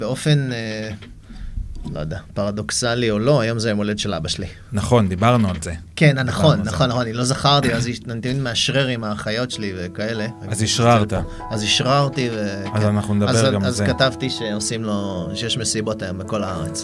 באופן, לא יודע, פרדוקסלי או לא, היום זה יום הולדת של אבא שלי. נכון, דיברנו על זה. כן, נכון, אני לא זכרתי, אז אני תמיד מאשרר עם האחיות שלי וכאלה. אז השררת. אז השררתי, אז אנחנו נדבר גם על זה. אז כתבתי שעושים לו, שיש מסיבות היום בכל הארץ.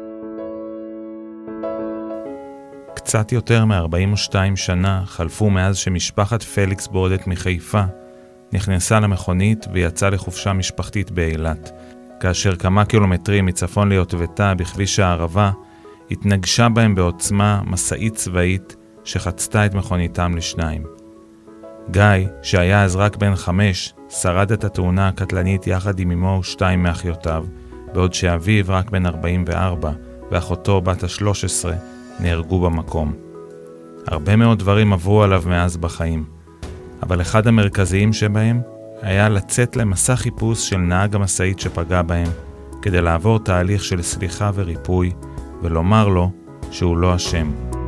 קצת יותר מ-42 שנה חלפו מאז שמשפחת פליקס ברודט מחיפה נכנסה למכונית ויצאה לחופשה משפחתית באילת. כאשר כמה קילומטרים מצפון ליוטבתה בכביש הערבה, התנגשה בהם בעוצמה מסעית צבאית שחצתה את מכוניתם לשניים. גיא, שהיה אז רק בן 5, שרד את התאונה הקטלנית יחד עם אמו ושתיים מאחיותיו, בעוד שאביו רק בן 44 ואחותו בת ה-13 נהרגו במקום. הרבה מאוד דברים עברו עליו מאז בחיים, אבל אחד המרכזיים שבהם היה לצאת למסע חיפוש של נהג המשאית שפגע בהם, כדי לעבור תהליך של סליחה וריפוי, ולומר לו שהוא לא אשם.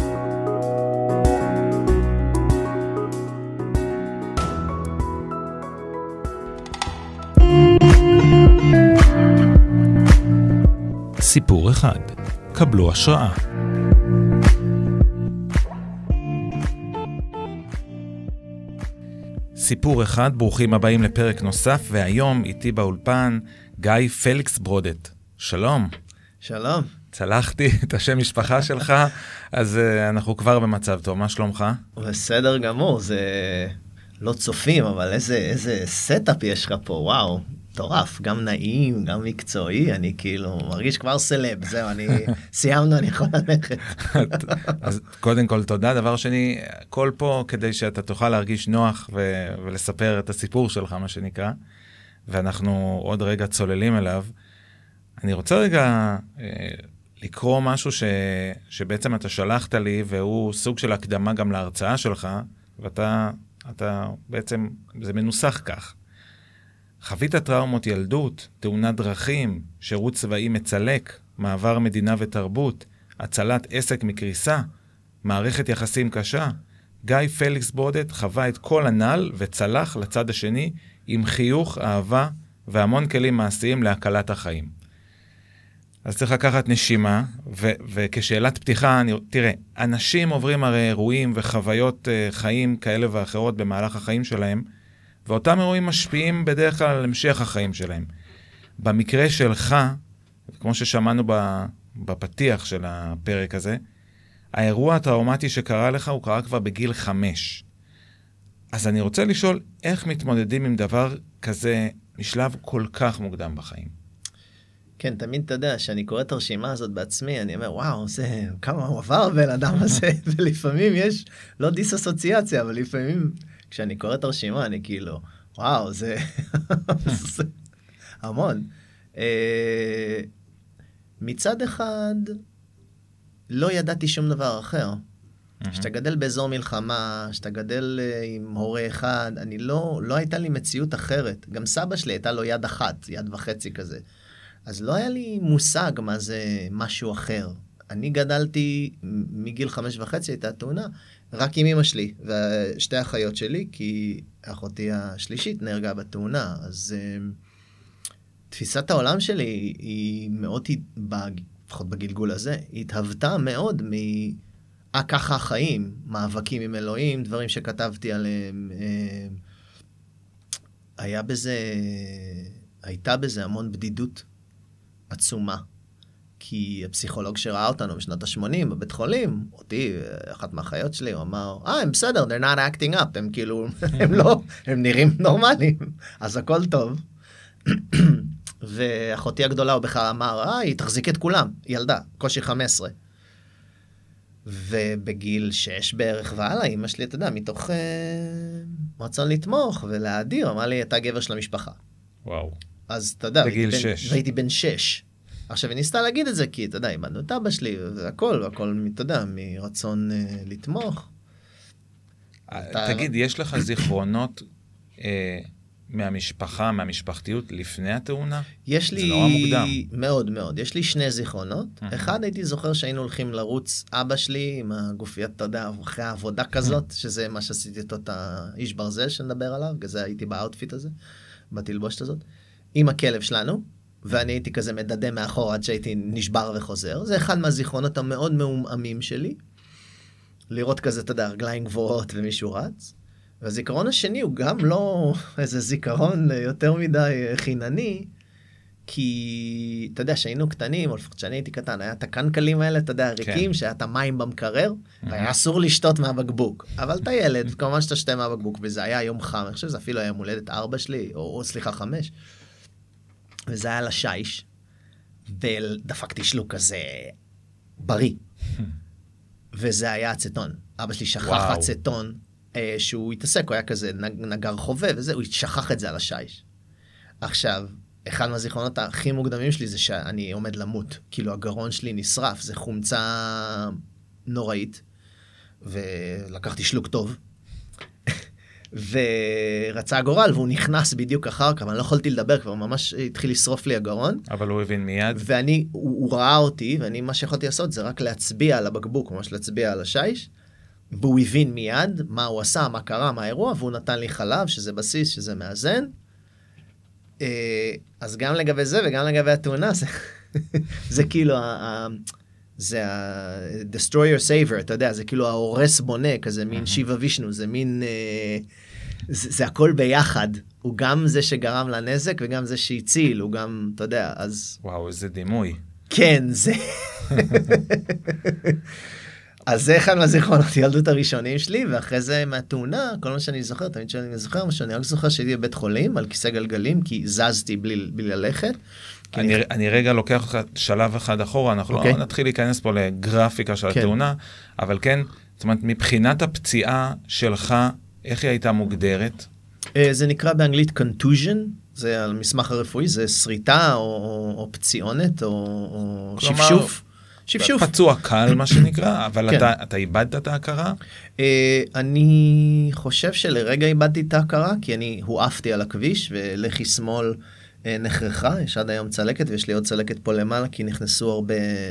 סיפור אחד, קבלו השראה. סיפור אחד, ברוכים הבאים לפרק נוסף, והיום איתי באולפן גיא פליקס ברודט. שלום. שלום. צלחתי את השם משפחה שלך, אז אנחנו כבר במצב טוב. מה שלומך? בסדר גמור, זה לא צופים, אבל איזה סטאפ יש לך פה, וואו. מטורף, גם נעים, גם מקצועי, אני כאילו מרגיש כבר סלב, זהו, סיימנו, אני יכול ללכת. אז קודם כל תודה, דבר שני, כל פה כדי שאתה תוכל להרגיש נוח ולספר את הסיפור שלך, מה שנקרא, ואנחנו עוד רגע צוללים אליו. אני רוצה רגע לקרוא משהו שבעצם אתה שלחת לי, והוא סוג של הקדמה גם להרצאה שלך, ואתה בעצם, זה מנוסח כך. חווית טראומות ילדות, תאונת דרכים, שירות צבאי מצלק, מעבר מדינה ותרבות, הצלת עסק מקריסה, מערכת יחסים קשה. גיא פליקס ברודט חווה את כל הנ"ל וצלח לצד השני עם חיוך, אהבה והמון כלים מעשיים להקלת החיים. אז צריך לקחת נשימה, וכשאלת פתיחה, תראה, אנשים עוברים הרי אירועים וחוויות חיים כאלה ואחרות במהלך החיים שלהם, ואותם אירועים משפיעים בדרך כלל על המשך החיים שלהם. במקרה שלך, כמו ששמענו בפתיח של הפרק הזה, האירוע הטראומטי שקרה לך הוא קרה כבר בגיל 5. אז אני רוצה לשאול, איך מתמודדים עם דבר כזה משלב כל כך מוקדם בחיים? כן, תמיד אתה יודע, שאני קורא את הרשימה הזאת בעצמי, אני אומר, וואו, זה כמה הוא עבר בין אדם הזה, ולפעמים יש, לא דיסאסוציאציה, אבל לפעמים כשאני קורא את הרשימה, אני כאילו, וואו, זה המון. מצד אחד, לא ידעתי שום דבר אחר. שאתה גדל באזור מלחמה, שאתה גדל עם הורה אחד, לא הייתה לי מציאות אחרת. גם סבא שלי הייתה לו יד אחת, יד וחצי כזה. אז לא היה לי מושג מה זה משהו אחר. אני גדלתי מגיל 5.5, הייתה תאונה, רק עם אמא שלי ושתי האחיות שלי, כי אחותי השלישית נהרגה בתאונה. אז תפיסת העולם שלי היא מאוד, לפחות בגלגול הזה, היא התהוותה מאוד ככה החיים, מאבקים עם אלוהים, דברים שכתבתי עליהם. הייתה בזה המון בדידות עצומה. כי הפסיכולוג שראה אותנו בשנות ה-80 בבית חולים, אותי, אחת מהחיות שלי, הוא אמר, הם בסדר, they're not acting up, הם כאילו, הם נראים נורמליים, אז הכל טוב. ואחותי הגדולה הוא בכלל אמר, היא תחזיק את כולם, ילדה, קושי 15. ובגיל 6 בערך והלאה, אמא שלי, אתה יודע, מתוך רצון לתמוך ולהדיר, אמרה לי, אתה גבר של המשפחה. וואו. אז אתה יודע, בגיל 6. והייתי בן 6. עכשיו, אני ניסתה להגיד את זה, כי, אתה יודע, איבדנו את אבא שלי, והכל, אתה יודע, מרצון לתמוך. תגיד, יש לך זיכרונות מהמשפחה, מהמשפחתיות, לפני התאונה? יש לי... זה נורא מוקדם. מאוד מאוד. יש לי 2 זיכרונות. אחד, הייתי זוכר שהיינו הולכים לרוץ אבא שלי, עם הגופיית, אתה יודע, אחרי העבודה כזאת, שזה מה שעשיתי אותו, את האיש ברזל שנדבר עליו, כזה הייתי באוטפיט הזה, בתלבושת הזאת, עם הכלב שלנו, ואני הייתי כזה מדדה מאחור עד שהייתי נשבר וחוזר. זה אחד מהזיכרונות המאוד מעומעמים שלי. לראות כזה, אתה יודע, רגליים גבוהות ומישהו רץ. והזיכרון השני הוא גם לא איזה זיכרון יותר מדי חינני, כי, אתה יודע, שהיינו קטנים, או לפחות שאני הייתי קטן, היה את הקנקלים האלה, אתה יודע, ריקים, שהיה את המים במקרר, והיה אסור לשתות מהבקבוק. אבל אתה ילד, כמובן שאתה שתה מהבקבוק, וזה היה יום חם, אני חושב שזה אפילו היה מולדת 4 שלי, או סליחה, 5. וזה היה לשיש, ודפקתי שלוק כזה בריא. וזה היה אצטון. אבא שלי שכח אצטון, שהוא התעסק, הוא היה כזה נגר חובב, וזה, הוא שכח את זה על השיש. עכשיו, אחד מהזיכרונות הכי מוקדמים שלי זה שאני עומד למות. כאילו הגרון שלי נשרף, זה חומצה נוראית, ולקחתי שלוק טוב, ורצה הגורל, והוא נכנס בדיוק אחר כך, ואני לא יכולתי לדבר, כבר ממש התחיל לשרוף לי הגרון. אבל הוא הבין מיד. הוא ראה אותי, ואני מה שיכולתי לעשות זה רק להצביע על הבקבוק, ממש להצביע על השיש, והוא הבין מיד מה הוא עשה, מה קרה, מה האירוע, והוא נתן לי חלב, שזה בסיס, שזה מאזן. אז גם לגבי זה וגם לגבי התאונה, זה כאילו, זה ה-destroyer saver, אתה יודע, זה כאילו ההורס בונה, כזה מין שיבה וישנו, זה מין, זה הכל ביחד. הוא גם זה שגרם לנזק וגם זה שהציל, הוא גם, אתה יודע, אז... וואו, איזה דימוי. כן, זה... אז זה אחד מהזיכרונות ילדות הראשונים שלי, ואחרי זה מהתאונה, כל מה שאני זוכר, תמיד שאני זוכר, מה שאני רק זוכר שהייתי בבית חולים, על כיסא גלגלים, כי זזתי בלי ללכת. אני רגע לוקח לך שלב אחד אחורה, אנחנו לא נתחיל להיכנס פה לגרפיקה של התאונה, אבל כן, זאת אומרת, מבחינת הפציעה שלך, איך היא הייתה מוגדרת? זה נקרא באנגלית contusion, זה על מסמך הרפואי, זה שריטה או פציעונת או שפשוף. שפשוף. פצוע קל, מה שנקרא, אבל אתה איבדת את ההכרה? אני חושב שלרגע איבדתי את ההכרה, כי אני הועפתי על הכביש, ולכי שמאל נחרכה, יש עד היום צלקת, ויש לי עוד צלקת פה למעלה, כי נכנסו הרבה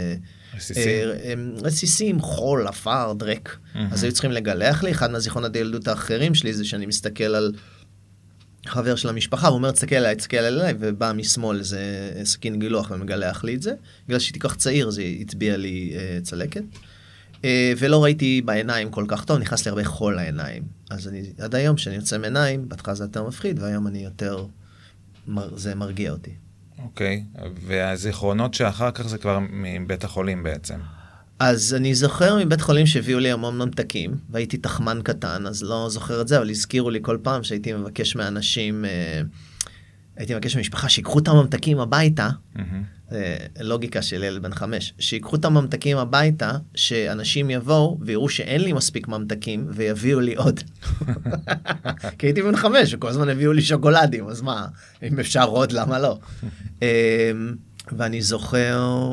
רסיסים, חול, אפר, דרק. אז היו צריכים לגלח לי. אחד מהזיכרונות הילדות האחרים שלי, זה שאני מסתכל על חבר של המשפחה, הוא אומר, תסתכל אליי, ובא משמאל איזה סכין גילוח ומגלח לי את זה. בגלל שהייתי כך צעיר, זה הצביע לי צלקת. ולא ראיתי בעיניים כל כך טוב, נכנס לי הרבה חול לעיניים. אז עד היום, שאני יוצא מעיניים, בהתחלה זה יותר מפחיד, והיום אני יותר, זה מרגיע אותי. אוקיי, והזיכרונות שאחר כך זה כבר מבית החולים בעצם. אז אני זוכר מבית חולים שהביאו לי המון ממתקים, והייתי תחמן קטן, אז לא זוכר את זה, אבל הזכירו לי כל פעם שהייתי מבקש מאנשים, הייתי מבקש ממשפחה שיקחו את הממתקים הביתה, לוגיקה של ילד בן 5, שיקחו את הממתקים הביתה, שאנשים יבואו ויראו שאין לי מספיק ממתקים, ויביאו לי עוד. כי הייתי בן 5, וכל הזמן הביאו לי שוקולדים, אז מה, אם אפשר עוד, למה לא? ואני זוכר...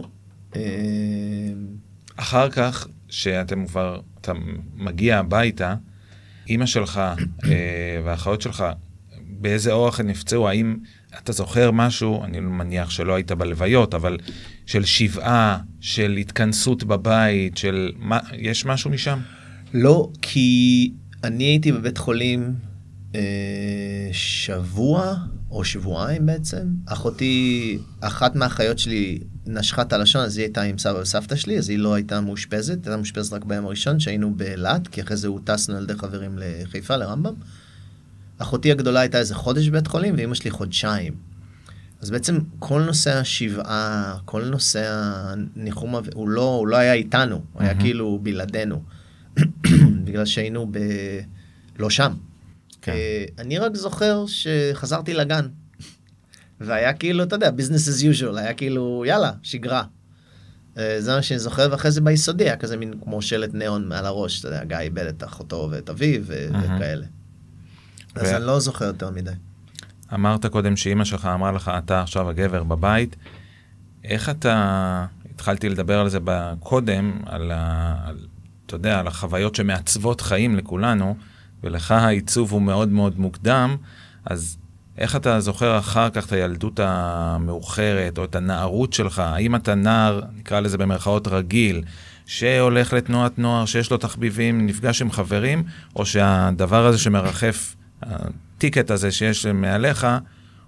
אחר כך, שאתם כבר, אתה מגיע הביתה, אמא שלך והאחיות שלך, באיזה אורח הם נפצעו? האם אתה זוכר משהו, אני מניח שלא היית בלוויות, אבל של שבעה, של התכנסות בבית, של... יש משהו משם? לא, כי אני הייתי בבית חולים שבוע או שבועיים בעצם. אחותי, אחת מהאחיות שלי נשכה את הלשון, אז היא הייתה עם סבא וסבתא שלי, אז היא לא הייתה מאושפזת, הייתה מאושפזת רק ביום הראשון, שהיינו באילת, כי אחרי זה הוטסנו על ידי חברים לחיפה, לרמב"ם. אחותי הגדולה הייתה איזה חודש בבית חולים, ואמא שלי חודשיים. אז בעצם כל נושא השבעה, כל נושא הניחום, הוא לא היה איתנו, הוא היה כאילו בלעדינו, בגלל שהיינו לא שם. אני רק זוכר שחזרתי לגן, והיה כאילו, אתה יודע, business as usual, היה כאילו, יאללה, שגרה. זה מה שאני זוכר, ואחרי זה ביסודי, היה כזה מין כמו שלט ניאון מעל הראש, אתה יודע, גיא איבד את אחותו ואת אביו וכאלה. אז אני לא זוכר יותר מדי. אמרת קודם שאמא שלך אמרה לך, אתה עכשיו הגבר בבית, איך אתה, התחלתי לדבר על זה קודם, אתה יודע, על החוויות שמעצבות חיים לכולנו, ולך העיצוב הוא מאוד מאוד מוקדם, אז איך אתה זוכר אחר כך את הילדות המאוחרת, או את הנערות שלך? האם אתה נער, נקרא לזה במרכאות רגיל, שהולך לתנועת נוער, שיש לו תחביבים, נפגש עם חברים, או שהדבר הזה שמרחף, הטיקט הזה שיש מעליך,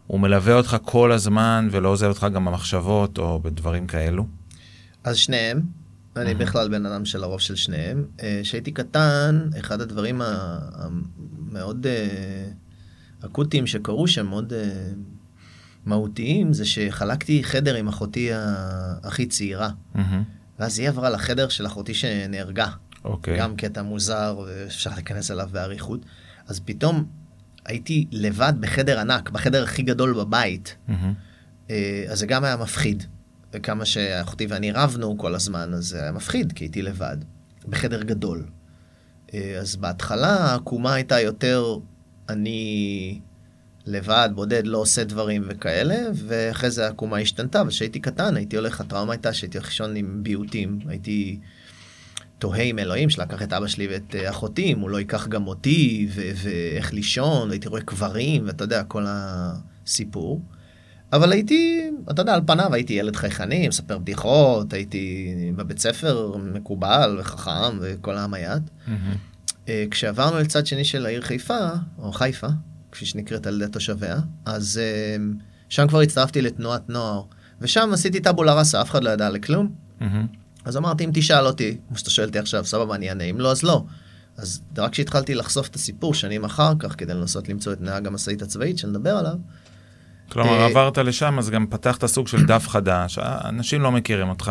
הוא מלווה אותך כל הזמן ולא עוזב אותך גם במחשבות או בדברים כאלו? אז שניהם, אני בכלל בן אדם של הרוב של שניהם. כשהייתי קטן, אחד הדברים המאוד אקוטיים שקרו שם, מאוד מהותיים, זה שחלקתי חדר עם אחותי הכי צעירה. ואז היא עברה לחדר של אחותי שנהרגה. גם קטע מוזר, ואפשר להיכנס אליו בעריכות. אז פתאום הייתי לבד בחדר ענק, בחדר הכי גדול בבית. אז זה גם היה מפחיד. וכמה שאחותי ואני רבנו כל הזמן, אז זה היה מפחיד, כי הייתי לבד, בחדר גדול. אז בהתחלה הקומה הייתה יותר, אני לבד, בודד, לא עושה דברים וכאלה, ואחרי זה הקומה השתנתה, וכשהייתי קטן, הייתי הולך, הטראומה הייתה שהייתי הולך לישון עם ביוטים, הייתי תוהה עם אלוהים, שלקח את אבא שלי ואת אחותי, אם הוא לא ייקח גם אותי, ואיך לישון, הייתי רואה קברים, ואתה יודע, כל הסיפור. אבל הייתי, אתה יודע, על פניו, הייתי ילד חייכני, מספר בדיחות, הייתי בבית ספר מקובל וחכם וכל המייד. כשעברנו לצד שני של העיר חיפה, או חיפה, כפי שנקראת על ידי תושביה, אז שם כבר הצטרפתי לתנועת נוער, ושם עשיתי טאבולה ראסה, אף אחד לא ידע לכלום. אז אמרתי, אם תשאל אותי, כמו שאתה שואל אותי עכשיו, סבבה, אני אענה, אם לא, אז לא. אז רק כשהתחלתי לחשוף את הסיפור שנים אחר כך, כדי לנסות למצוא את נהג המשאית הצבאית שנדבר עליו, כלומר, עברת לשם, אז גם פתחת סוג של דף חדש, אנשים לא מכירים אותך,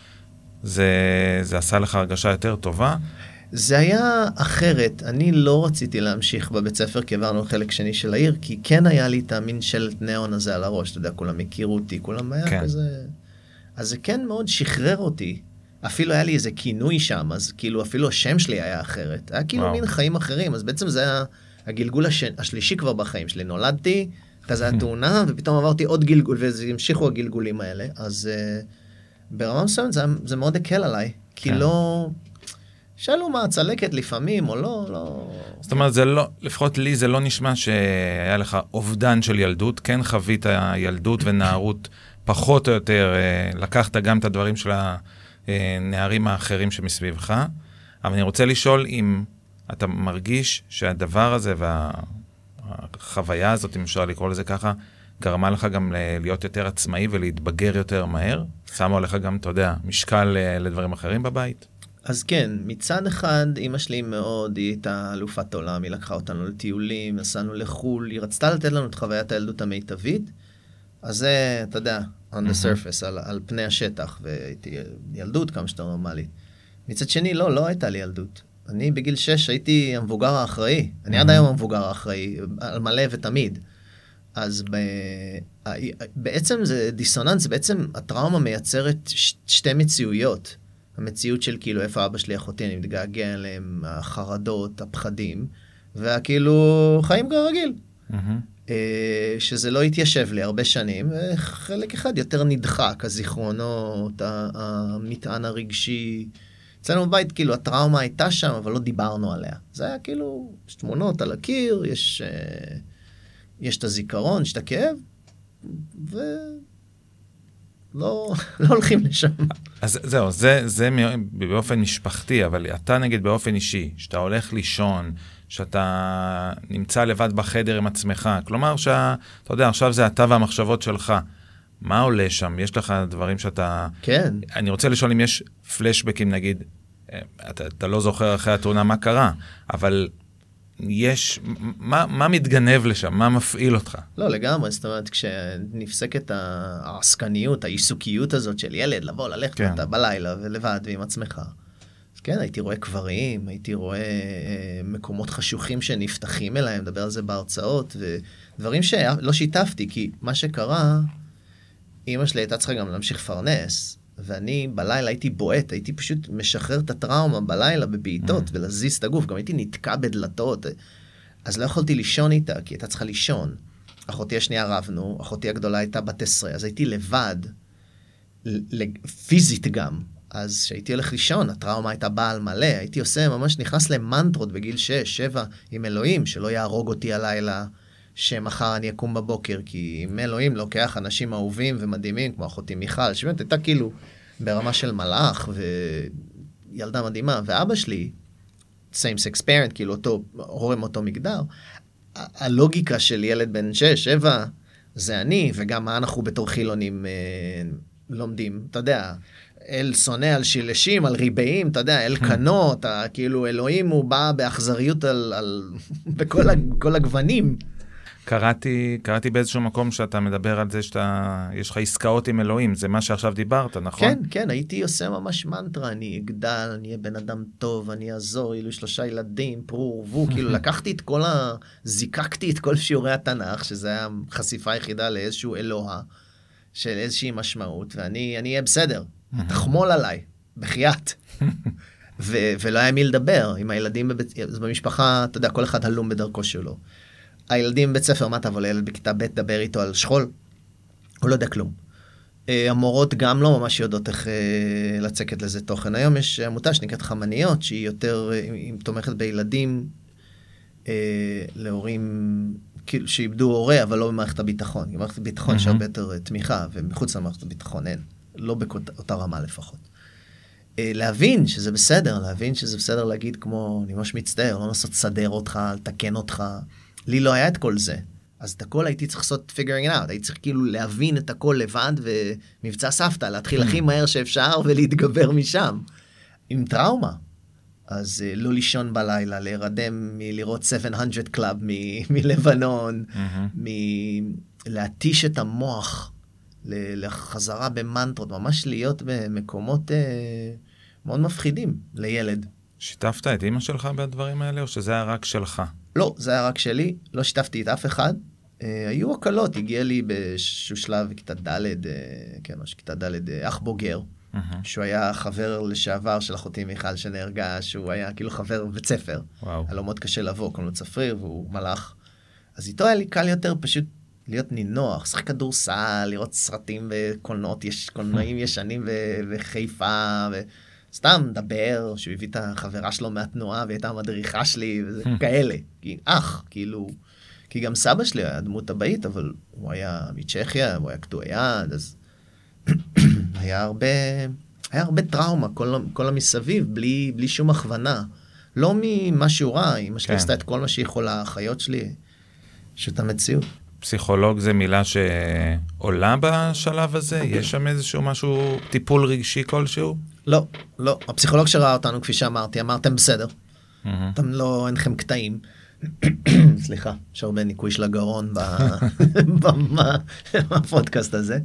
זה עשה לך הרגשה יותר טובה? זה היה אחרת, אני לא רציתי להמשיך בבית ספר, כי עברנו לחלק שני של העיר, כי כן היה לי את המין שלט נאון הזה על הראש, אתה יודע, כולם הכירו אותי, כולם היה כזה, אז זה כן מאוד שחרר אותי, אפילו היה לי איזה כינוי שם, אז כאילו אפילו השם שלי היה אחרת, היה כאילו מין חיים אחרים, אז בעצם זה היה הגלגול השלישי כבר בחיים שלי, נולדתי, כזה התאונה, ופתאום עברתי עוד גלגול, והמשיכו הגלגולים האלה, אז ברמה מסוימת זה מאוד הקל עליי, כי לא, שאלו מה, צלקת לפעמים, או לא. זאת אומרת, זה לא, לפחות לי זה לא נשמע שהיה לך אובדן של ילדות, כן חווית ילדות ונערות פחות או יותר, לקחת גם את הדברים של הנערים האחרים שמסביבך, אבל אני רוצה לשאול אם אתה מרגיש שהדבר הזה החוויה הזאת, אם אפשר לקרוא לזה ככה, גרמה לך גם להיות יותר עצמאי ולהתבגר יותר מהר? שמה לך גם, אתה יודע, משקל לדברים אחרים בבית? אז כן, מצד אחד, אמא שלי מאוד, היא הייתה אלופת עולם, היא לקחה אותנו לטיולים, נסענו לחול, היא רצתה לתת לנו את חוויית הילדות המיטבית, אז זה, אתה יודע, on the surface, על פני השטח, והייתי ילדות כמה שאתה נורמלית. מצד שני, לא הייתה לי ילדות. אני בגיל 6 הייתי המבוגר האחראי. אני עד היום המבוגר האחראי, על מלא ותמיד. אז בעצם זה דיסוננס, בעצם הטראומה מייצרת שתי מציאויות. המציאות של כאילו איפה אבא שלי אחותי, אני מתגעגע אליהם, החרדות, הפחדים, והכאילו חיים כרגיל. שזה לא התיישב לי הרבה שנים, וחלק אחד יותר נדחק, הזיכרונות, המטען הרגשי. אצלנו בבית, כאילו, הטראומה הייתה שם, אבל לא דיברנו עליה. זה היה כאילו, יש תמונות על הקיר, יש את הזיכרון, יש את הכאב, ולא הולכים לשם. אז זהו, זה באופן משפחתי, אבל אתה נגיד באופן אישי, שאתה הולך לישון, שאתה נמצא לבד בחדר עם עצמך, כלומר שאתה יודע, עכשיו זה אתה והמחשבות שלך. מה עולה שם? יש לך דברים שאתה... כן. אני רוצה לשאול אם יש פלשבקים, נגיד, אתה לא זוכר אחרי התאונה מה קרה, אבל יש... מה מתגנב לשם? מה מפעיל אותך? לא, לגמרי. זאת אומרת, כשנפסקת העסקניות, העיסוקיות הזאת של ילד, לבוא, ללכת אתה בלילה ולבד ועם עצמך. אז כן, הייתי רואה קברים, הייתי רואה מקומות חשוכים שנפתחים אליהם, מדבר על זה בהרצאות, ודברים שלא שיתפתי, כי מה שקרה... אמא שלי הייתה צריכה גם להמשיך פרנס, ואני בלילה הייתי בועט, הייתי פשוט משחרר את הטראומה בלילה בבעיטות, ולהזיז את הגוף, גם הייתי נתקע בדלתות, אז לא יכולתי לישון איתה, כי הייתה צריכה לישון. אחותי השנייה רבנו, אחותי הגדולה הייתה בת 10, אז הייתי לבד, פיזית גם, אז כשהייתי הולך לישון, הטראומה הייתה בעל מלא, הייתי עושה, ממש נכנס למנטרות בגיל 6, 7, עם אלוהים, שלא יהרוג אותי הלילה, שמחר אני אקום בבוקר, כי אם אלוהים לוקח אנשים אהובים ומדהימים, כמו אחותי מיכל, שבאמת הייתה כאילו ברמה של מלאך, וילדה מדהימה, ואבא שלי, same sex parent, כאילו אותו, הורם אותו מגדר, הלוגיקה של ילד בן 6, 7, זה אני, וגם מה אנחנו בתור חילונים לומדים, אתה יודע, אל שונא על שילשים, על ריבעים, אתה יודע, אל קנות, כאילו אלוהים הוא בא באכזריות בכל הגוונים. קראתי באיזשהו מקום שאתה מדבר על זה יש לך עסקאות עם אלוהים, זה מה שעכשיו דיברת, נכון? כן, כן, הייתי עושה ממש מנטרה, אני אגדל, אני אהיה בן אדם טוב, אני אעזור, יהיו 3 ילדים, פרו ורבו, כאילו לקחתי זיקקתי את כל שיעורי התנ"ך, שזה היה חשיפה היחידה לאיזשהו אלוה, של איזושהי משמעות, ואני אהיה בסדר, תחמול עליי, בחייאת. ולא היה מי לדבר, עם הילדים במשפחה, אתה יודע, כל אחד הלום בדרכו שלו. הילדים בבית ספר, מה תבוא לילד בכיתה ב' דבר איתו על שכול? הוא לא יודע כלום. המורות גם לא ממש יודעות איך לצקת לזה תוכן. היום יש עמותה שנקראת חמניות, שהיא יותר, היא תומכת בילדים, להורים, כאילו, שאיבדו הורה, אבל לא במערכת הביטחון. במערכת הביטחון יש הרבה יותר תמיכה, ומחוץ למערכת הביטחון אין. לא באותה רמה לפחות. להבין שזה בסדר, להבין שזה בסדר להגיד כמו, אני ממש מצטער, לא לנסות לסדר אותך, לתקן אותך. לי לא היה את כל זה. אז את הכל הייתי צריך לעשות figuring out, הייתי צריך כאילו להבין את הכל לבד, ומבצע סבתא, להתחיל הכי מהר שאפשר, ולהתגבר משם. עם טראומה. אז לא לישון בלילה, להירדם מלראות 700 קלאב מלבנון, להתיש את המוח, לחזרה במנטרות, ממש להיות במקומות מאוד מפחידים לילד. שיתפת את אמא שלך בדברים האלה, או שזה היה רק שלך? לא, זה היה רק שלי, לא שיתפתי את אף אחד. היו הקלות, הגיע לי באיזשהו שלב כיתה ד', כן, או כיתה ד', אח בוגר, שהוא היה חבר לשעבר של אחותי מיכל שנהרגה, שהוא היה כאילו חבר בית ספר. היה לו מאוד קשה לבוא, קוראים לו צפריר, והוא מלאך. אז איתו היה לי קל יותר פשוט להיות נינוח, שחק כדורסל, לראות סרטים וקולנועים ישנים וחיפה, סתם דבר, שהוא הביא את החברה שלו מהתנועה, והייתה המדריכה שלי, וזה כאלה. אח, כאילו, כי גם סבא שלי היה דמות הבית, אבל הוא היה מצ'כיה, הוא היה קטוע יד, אז היה הרבה טראומה, כל המסביב, בלי שום הכוונה. לא ממשהו רע, אמא שלי עשתה את כל מה שיכולה, החיות שלי, פשוט המציאות. פסיכולוג זה מילה שעולה בשלב הזה? יש שם איזשהו משהו, טיפול רגשי כלשהו? לא, לא. הפסיכולוג שראה אותנו, כפי שאמרתי, אמרתם בסדר. אתם לא, אינכם קטעים. סליחה, יש הרבה ניקוי של הגרון בפודקאסט הזה.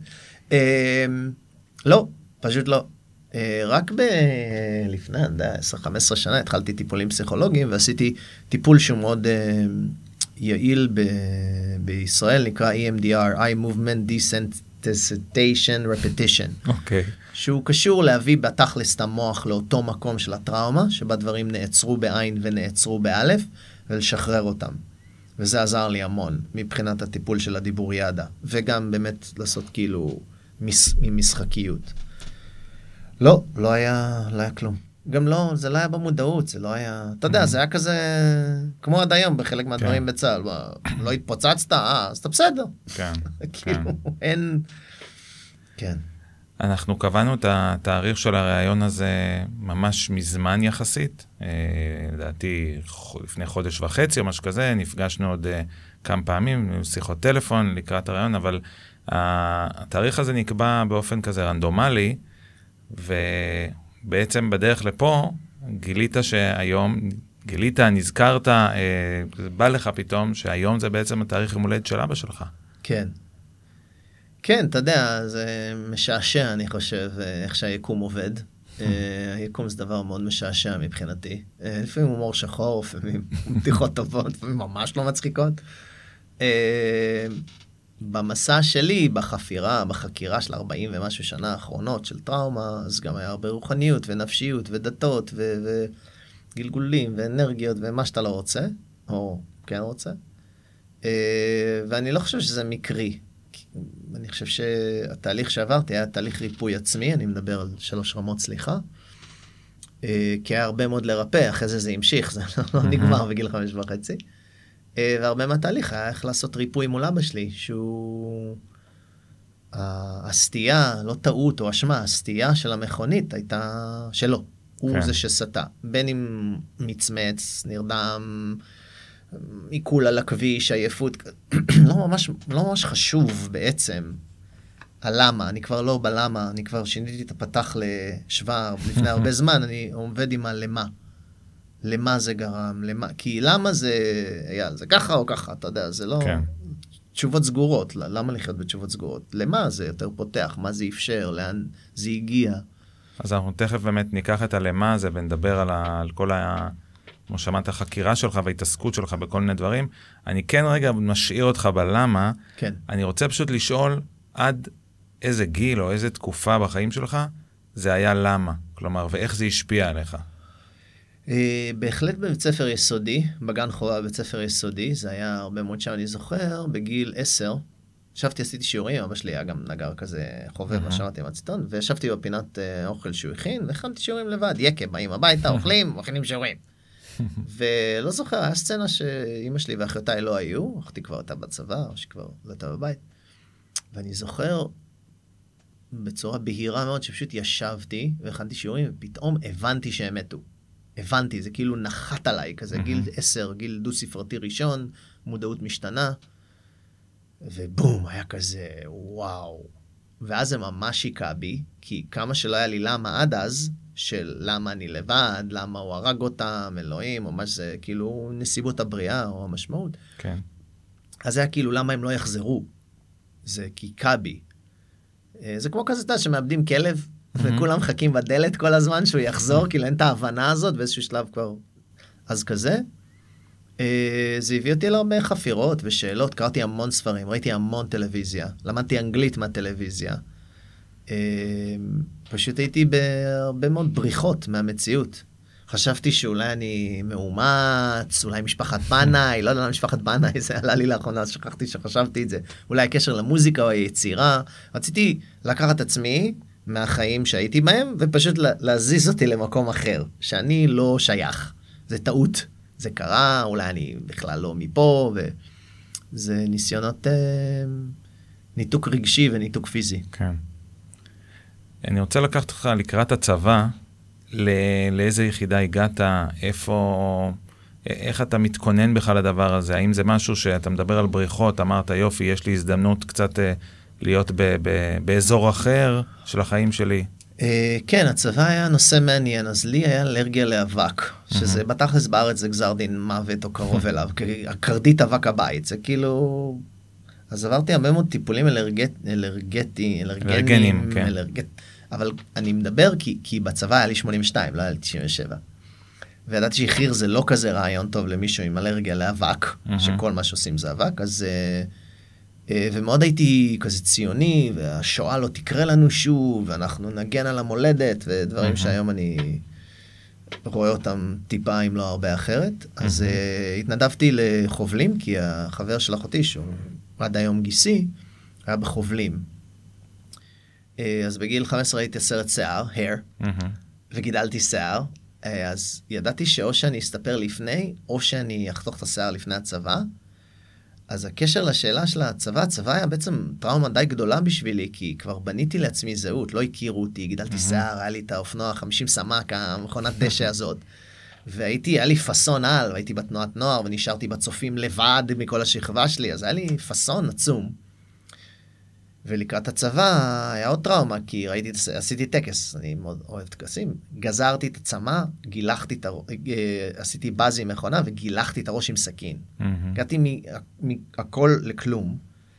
לא, פשוט לא. רק לפני 10-15 שנה התחלתי טיפולים פסיכולוגיים, ועשיתי טיפול שהוא מאוד יעיל בישראל, נקרא EMDR, Eye Movement Desensitization Repetition. אוקיי. שהוא קשור להביא בתכלס את המוח לאותו מקום של הטראומה, שבה דברים נעצרו בעין ונעצרו באלף, ולשחרר אותם. וזה עזר לי המון, מבחינת הטיפול של הדיבור ידע. וגם באמת לעשות כאילו משחקיות. לא היה כלום. גם לא, זה לא היה במודעות, זה לא היה... אתה יודע, זה היה כזה... כמו עד היום בחלק מהדברים בצה"ל. לא התפוצצת, אז אתה בסדר. כן. כאילו, אין... כן. אנחנו קבענו את התאריך של הראיון הזה ממש מזמן יחסית. לדעתי, לפני חודש וחצי או משהו כזה, נפגשנו עוד כמה פעמים, שיחות טלפון לקראת הראיון, אבל התאריך הזה נקבע באופן כזה רנדומלי, ובעצם בדרך לפה נזכרת, בא לך פתאום שהיום זה בעצם התאריך יום הולדת של אבא שלך. כן. כן, אתה יודע, זה משעשע, אני חושב, איך שהיקום עובד. היקום זה דבר מאוד משעשע מבחינתי. לפעמים הומור שחור, לפעמים בדיחות טובות, לפעמים ממש לא מצחיקות. במסע שלי, בחקירה של 40 ומשהו שנה האחרונות של טראומה, אז גם היה הרבה רוחניות ונפשיות ודתות וגלגולים ואנרגיות ומה שאתה לא רוצה, או כן רוצה. ואני לא חושב שזה מקרי. אני חושב שהתהליך שעברתי היה תהליך ריפוי עצמי, אני מדבר על 3 רמות סליחה, כי היה הרבה מאוד לרפא, אחרי זה המשיך, זה לא נגמר בגיל 5.5, והרבה מהתהליך היה איך לעשות ריפוי מול אבא שלי, שהוא, הסטייה, לא טעות או אשמה, הסטייה של המכונית הייתה שלו, הוא זה שסטה, בין אם מצמץ, נרדם, עיכול על הכביש, עייפות, לא ממש חשוב בעצם הלמה, אני כבר לא בלמה, אני כבר שיניתי את הפתח לשבא לפני הרבה זמן, אני עובד עם הלמה. למה זה גרם, כי למה זה ככה או ככה, אתה יודע, זה לא... כן. תשובות סגורות, למה לחיות בתשובות סגורות? למה זה יותר פותח, מה זה אפשר, לאן זה הגיע? אז אנחנו תכף באמת ניקח את הלמה הזה ונדבר על כל כמו שמעת, החקירה שלך וההתעסקות שלך בכל מיני דברים. אני כן רגע משאיר אותך בלמה. כן. אני רוצה פשוט לשאול עד איזה גיל או איזה תקופה בחיים שלך זה היה למה. כלומר, ואיך זה השפיע עליך. בהחלט בבית ספר יסודי, בגן חובה בבית ספר יסודי, זה היה הרבה מאוד שם, אני זוכר, בגיל 10, ישבתי, עשיתי שיעורים, אבא שלי היה גם נגר כזה חובב, מה שמעתי מהציטון, וישבתי בפינת אוכל שהוא הכין, והכנתי שיעורים לבד, יקה, באים הביתה, אוכלים, מכינים שיעורים. ולא זוכר, היה סצנה שאמא שלי ואחיותיי לא היו, אחתי כבר הייתה בצבא, או שכבר לא הייתה בבית, ואני זוכר בצורה בהירה מאוד, שפשוט ישבתי והכנתי שיעורים, ופתאום הבנתי שהם מתו. הבנתי, זה כאילו נחת עליי, כזה גיל 10, גיל דו-ספרתי ראשון, מודעות משתנה, ובום, היה כזה, וואו. ואז זה ממש שיקע בי, כי כמה שלא היה לי למה עד אז, של למה אני לבד, למה הוא הרג אותם, אלוהים, או מה שזה, כאילו נסיבות הבריאה, או המשמעות. כן. אז זה היה כאילו, למה הם לא יחזרו? זה קיקע בי. זה כמו כזה תא שמאבדים כלב, וכולם מחכים בדלת כל הזמן שהוא יחזור, כאילו אין את ההבנה הזאת, באיזשהו שלב כבר. אז כזה, זה הביא אותי להרבה חפירות ושאלות, קראתי המון ספרים, ראיתי המון טלוויזיה, למדתי אנגלית מהטלוויזיה, פשוט הייתי בהרבה מאוד בריחות מהמציאות. חשבתי שאולי אני מאומץ, אולי משפחת בנאי, לא יודע, משפחת בנאי, זה עלה לי לאחרונה, אז שכחתי שחשבתי את זה, אולי הקשר למוזיקה או היצירה, רציתי לקחת עצמי, מהחיים שהייתי בהם, ופשוט להזיז אותי למקום אחר, שאני לא שייך. זה טעות. זה קרה, אולי אני בכלל לא מפה, וזה ניסיונות ניתוק רגשי וניתוק פיזי. כן. אני רוצה לקחת אותך לקראת הצבא, לאיזה יחידה הגעת, איפה, איך אתה מתכונן בכלל לדבר הזה? האם זה משהו שאתה מדבר על בריחות, אמרת יופי, יש לי הזדמנות קצת להיות באזור אחר של החיים שלי? כן, הצבא היה נושא מעניין, אז לי היה אלרגיה לאבק, שזה בתכלס בארץ זה גזר דין מוות או קרוב אליו, קרדית אבק הבית, זה כאילו... אז עברתי הרבה מאוד טיפולים אלרגנים, כן. אבל אני מדבר כי בצבא היה לי 82, לא היה לי 97. וידעתי שחיר זה לא כזה רעיון טוב למישהו עם אלרגיה לאבק, שכל מה שעושים זה אבק, אז... ומאוד הייתי כזה ציוני, והשואה לא תקרה לנו שוב, ואנחנו נגן על המולדת, ודברים שהיום אני רואה אותם טיפה אם לא הרבה אחרת. אז התנדבתי לחובלים, כי החבר של אחותי, שהוא עד היום גיסי, היה בחובלים. אז בגיל 15 הייתי סרט שיער, hair, וגידלתי שיער, אז ידעתי שאו שאני אסתפר לפני, או שאני אחתוך את השיער לפני הצבא, אז הקשר לשאלה של הצבא, הצבא היה בעצם טראומה די גדולה בשבילי, כי כבר בניתי לעצמי זהות, לא הכירו אותי, גידלתי שיער, היה לי את האופנוע 50 סמ"ק, המכונת דשא הזאת, היה לי פסון על, והייתי בתנועת נוער, ונשארתי בצופים לבד מכל השכבה שלי, אז היה לי פסון עצום. ולקראת הצבא היה עוד טראומה, כי עשיתי טקס, אני מאוד אוהב טקסים, גזרתי את הצמא, עשיתי בזי עם מכונה, וגילחתי את הראש עם סכין. הגעתי מהכל לכלום.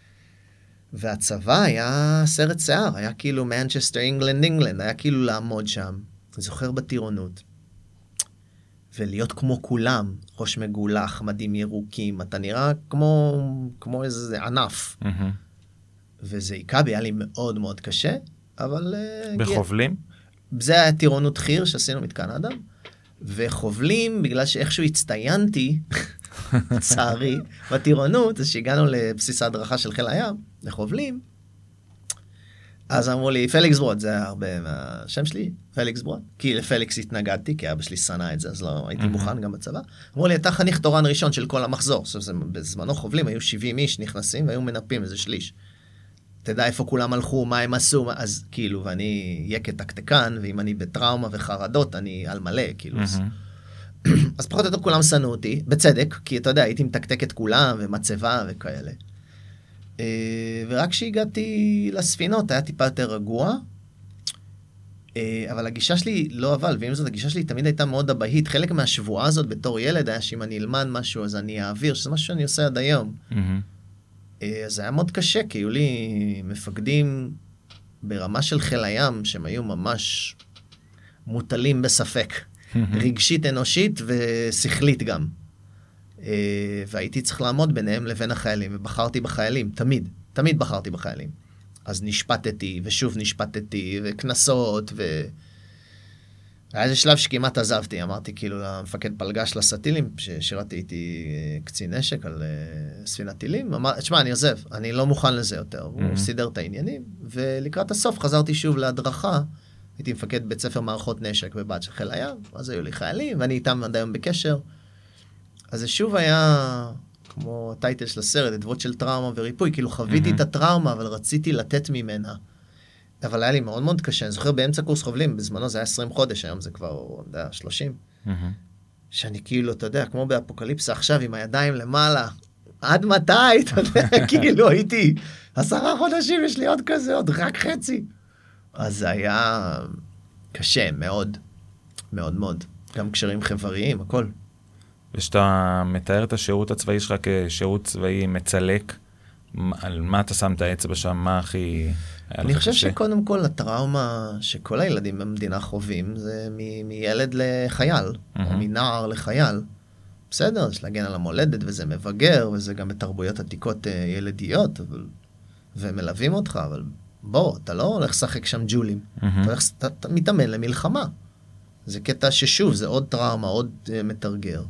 והצבא היה סרט שיער, היה כאילו מנצ'סטר, אינגלנד, היה כאילו לעמוד שם, זוכר בטירונות, ולהיות כמו כולם, ראש מגולח, מדים ירוקים, אתה נראה כמו איזה ענף. וזה עיקה בי, היה לי מאוד מאוד קשה, אבל... בחובלים? זה היה טירונות חיר שעשינו מתקן אדם, וחובלים, בגלל שאיכשהו הצטיינתי, צערי, בטירונות, אז שהגענו לבסיס ההדרכה של חיל הים, לחובלים, אז אמרו לי, פליקס ברוד, זה היה הרבה מהשם שלי, פליקס ברוד, כי לפליקס התנגדתי, כי אבא שלי שנא את זה, אז לא הייתי מוכן גם בצבא. אמרו לי, אתה חניך תורן ראשון של כל המחזור, בזמנו חובלים, היו 70 איש נכנסים, והיו מנפים איזה שליש. תדע איפה כולם הלכו, מה הם עשו, אז כאילו, ואני יקה טקטקן, ואם אני בטראומה וחרדות, אני על מלא, כאילו. אז פחות או יותר כולם שנאו אותי, בצדק, כי אתה יודע, הייתי מתקתק את כולם, ומצבה וכאלה. ורק כשהגעתי לספינות, היה טיפה יותר רגוע, אבל הגישה שלי לא ועם זאת, הגישה שלי תמיד הייתה מאוד אבהית. חלק מהשבועה הזאת בתור ילד היה שאם אני אלמד משהו, אז אני אעביר, שזה משהו שאני עושה עד היום. אז זה היה מאוד קשה, כי היו לי מפקדים ברמה של חיל הים, שהם היו ממש מוטלים בספק. רגשית, אנושית ושכלית גם. והייתי צריך לעמוד ביניהם לבין החיילים, ובחרתי בחיילים, תמיד בחרתי בחיילים. אז נשפטתי, ושוב נשפטתי, וכנסות, היה איזה שלב שכמעט עזבתי, אמרתי כאילו למפקד פלגש לסטילים, ששירתי איתי קצין נשק על ספינת טילים, תשמע, אני עוזב, אני לא מוכן לזה יותר, הוא סידר את העניינים, ולקראת הסוף חזרתי שוב להדרכה, הייתי מפקד בית ספר מערכות נשק בבה"ד של חיל הים, אז היו לי חיילים, ואני איתם עד היום בקשר, אז זה שוב היה כמו הטייטל של הסרט, עדוות של טראומה וריפוי, כאילו חוויתי את הטראומה, אבל רציתי לתת ממנה. אבל היה לי מאוד מאוד קשה. אני זוכר באמצע קורס חובלים, בזמנו זה היה 20 חודש, היום זה כבר, אתה יודע, 30. שאני כאילו, אתה יודע, כמו באפוקליפסה עכשיו, עם הידיים למעלה, עד מתי, אתה יודע, כאילו הייתי 10 חודשים, יש לי עוד כזה, עוד רק חצי. אז זה היה קשה, מאוד, מאוד מאוד. גם קשרים חבריים, הכל. ושאתה מתאר את השירות הצבאי שלך כשירות צבאי מצלק, על מה אתה שם את האצבע שם, מה הכי... אני חושב שקודם כל הטראומה שכל הילדים במדינה חווים, זה מילד לחייל, או מנער לחייל. בסדר, יש להגן על המולדת, וזה מבגר, וזה גם בתרבויות עתיקות ילדיות, ומלווים אותך, אבל בוא, אתה לא הולך לשחק שם ג'ולים, אתה מתאמן למלחמה. זה קטע ששוב, זה עוד טראומה, עוד מתרגר.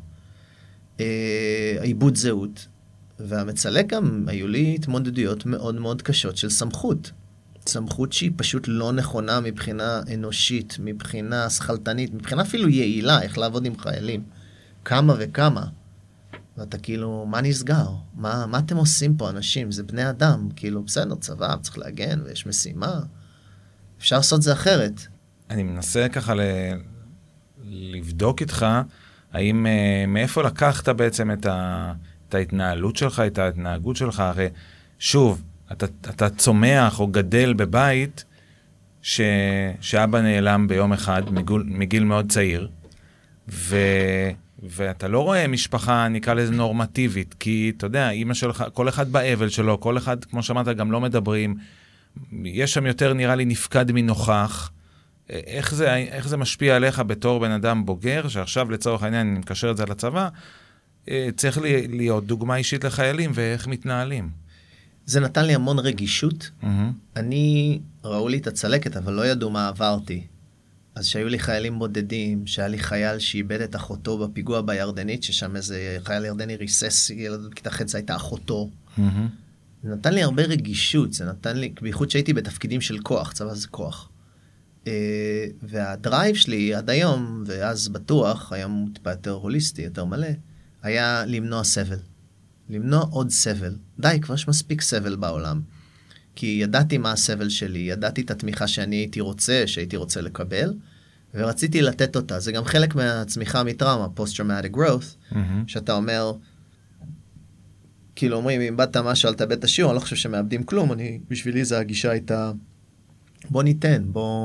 העיבוד זהות, והמצלק גם היו לי התמודדויות מאוד מאוד קשות של סמכות. סמכות שהיא פשוט לא נכונה מבחינה אנושית, מבחינה שכלתנית, מבחינה אפילו יעילה, איך לעבוד עם חיילים. כמה וכמה. ואתה כאילו, מה נסגר? מה אתם עושים פה אנשים? זה בני אדם. כאילו, בסדר, צבא, צריך להגן, ויש משימה. אפשר לעשות זה אחרת. אני מנסה ככה לבדוק איתך, האם מאיפה לקחת בעצם את ההתנהלות שלך, את ההתנהגות שלך? הרי שוב, אתה צומח או גדל בבית שאבא נעלם ביום אחד מגיל מאוד צעיר, ואתה לא רואה משפחה, נקרא לזה נורמטיבית, כי אתה יודע, אמא שלך, כל אחד באבל שלו, כל אחד, כמו שאמרת, גם לא מדברים, יש שם יותר נראה לי נפקד מנוכח. איך זה משפיע עליך בתור בן אדם בוגר, שעכשיו לצורך העניין, אני מקשר את זה לצבא, צריך להיות דוגמה אישית לחיילים ואיך מתנהלים. זה נתן לי המון רגישות. אני, ראו לי את הצלקת, אבל לא ידעו מה עברתי. אז שהיו לי חיילים בודדים, שהיה לי חייל שאיבד את אחותו בפיגוע בירדנית, ששם איזה חייל ירדני ריסס, ילד בכיתה ח', הייתה אחותו. זה נתן לי הרבה רגישות, זה נתן לי, בייחוד שהייתי בתפקידים של כוח, צבא זה כוח. והדרייב שלי עד היום, ואז בטוח, היום הוא טיפה יותר הוליסטי, יותר מלא, היה למנוע סבל. למנוע עוד סבל. די, כבר יש מספיק סבל בעולם. כי ידעתי מה הסבל שלי, ידעתי את התמיכה שהייתי רוצה לקבל, ורציתי לתת אותה. זה גם חלק מהצמיחה מטראומה, post-traumatic growth, שאתה אומר, כאילו אומרים, אם באת משהו על תאבד את השיעור, אני לא חושב שמאבדים כלום, בשבילי זה הגישה הייתה, בוא ניתן,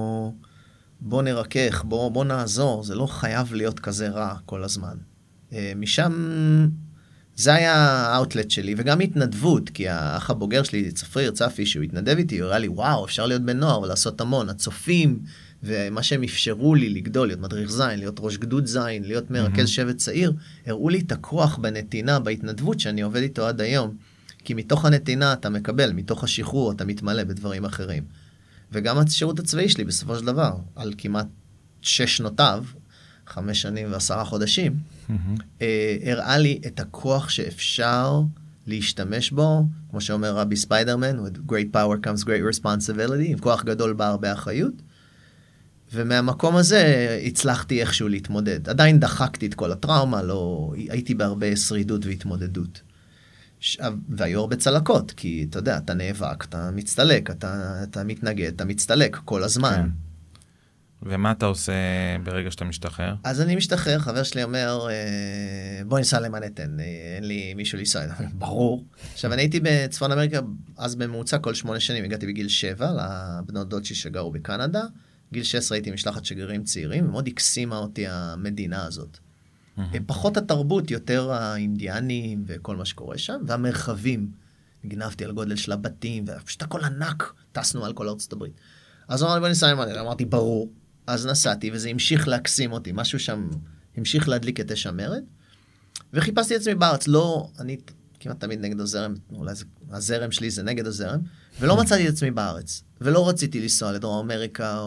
בוא נרכך, בוא נעזור, זה לא חייב להיות כזה רע כל הזמן. משם, זה היה האוטלט שלי, וגם התנדבות, כי האח הבוגר שלי, צפריר, צפי, שהוא התנדב איתי, הוא הראה לי, וואו, אפשר להיות בן נוער ולעשות המון, הצופים, ומה שהם אפשרו לי לגדול, להיות מדריך זין, להיות ראש גדוד זין, להיות מרכז שבט צעיר, הראו לי את הכוח בנתינה, בהתנדבות שאני עובד איתו עד היום, כי מתוך הנתינה אתה מקבל, מתוך השחרור אתה מתמלא בדברים אחרים. וגם השירות הצבאי שלי בסופו של דבר, על כמעט 6 שנותיו, 5 שנים ו10 חודשים, הראה לי את הכוח שאפשר להשתמש בו, כמו שאומר רבי ספיידרמן, with great power comes great responsibility, עם כוח גדול בא הרבה אחריות, ומהמקום הזה הצלחתי איכשהו להתמודד. עדיין דחקתי את כל הטראומה, לא, הייתי בהרבה שרידות והתמודדות. והיו הרבה צלקות, כי אתה יודע, אתה נאבק, אתה מצטלק, אתה מתנגד, אתה מצטלק כל הזמן. ומה אתה עושה ברגע שאתה משתחרר? אז אני משתחרר, חבר שלי אומר, בוא ניסע למנהטן, אין לי מישהו לנסוע, ברור. עכשיו, אני הייתי בצפון אמריקה, אז בממוצע כל 8 שנים, הגעתי בגיל 7 לבנות דוד שגרו בקנדה, גיל 16 הייתי משלחת שגרירים צעירים, ומאוד הקסימה אותי המדינה הזאת. פחות התרבות, יותר האינדיאנים וכל מה שקורה שם, והמרחבים. גנבתי על גודל של הבתים, ופשוט הכל ענק, טסנו על כל ארצות הברית. אז אמרתי, בוא ניסע למנהטן, אמרתי, ברור. אז נסעתי, וזה המשיך להקסים אותי, משהו שם המשיך להדליק את אש המרד, וחיפשתי את עצמי בארץ, לא, אני כמעט תמיד נגד הזרם, אולי הזרם שלי זה נגד הזרם, ולא מצאתי את עצמי בארץ, ולא רציתי לנסוע לדרום אמריקה,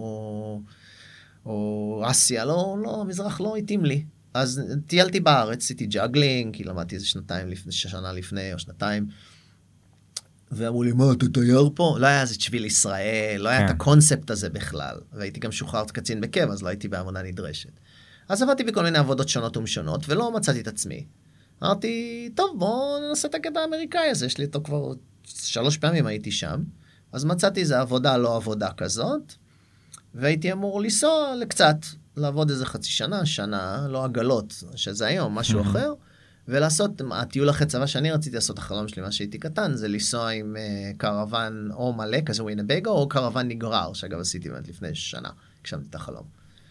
או אסיה, לא, המזרח לא התאים לי. אז טיילתי בארץ, עשיתי ג'אגלינג, כי למדתי איזה שנה לפני, או שנתיים, ואמרו לי, מה, אתה תייר פה? לא היה איזה שביל ישראל, לא היה את הקונספט הזה בכלל, והייתי גם שוחרר קצין בקבע, אז לא הייתי בעבודה נדרשת. אז עבדתי בכל מיני עבודות שונות ומשונות, ולא מצאתי את עצמי. אמרתי, טוב, בוא ננסה את הקטע האמריקאי הזה, יש לי אותו כבר 3 פעמים הייתי שם, אז מצאתי איזו עבודה, לא עבודה כזאת, והייתי אמור לנסוע לקצת, לעבוד איזה חצי שנה, לא עגלות, שזה היום, משהו אחר, ולעשות, הטיול אחרי צבא שאני רציתי לעשות, החלום שלי, מה שהייתי קטן, זה לנסוע עם קרוון או מלא, כזה ווינבגו, או קרוון נגרר, שאגב עשיתי באמת לפני שנה, כשמתי את החלום.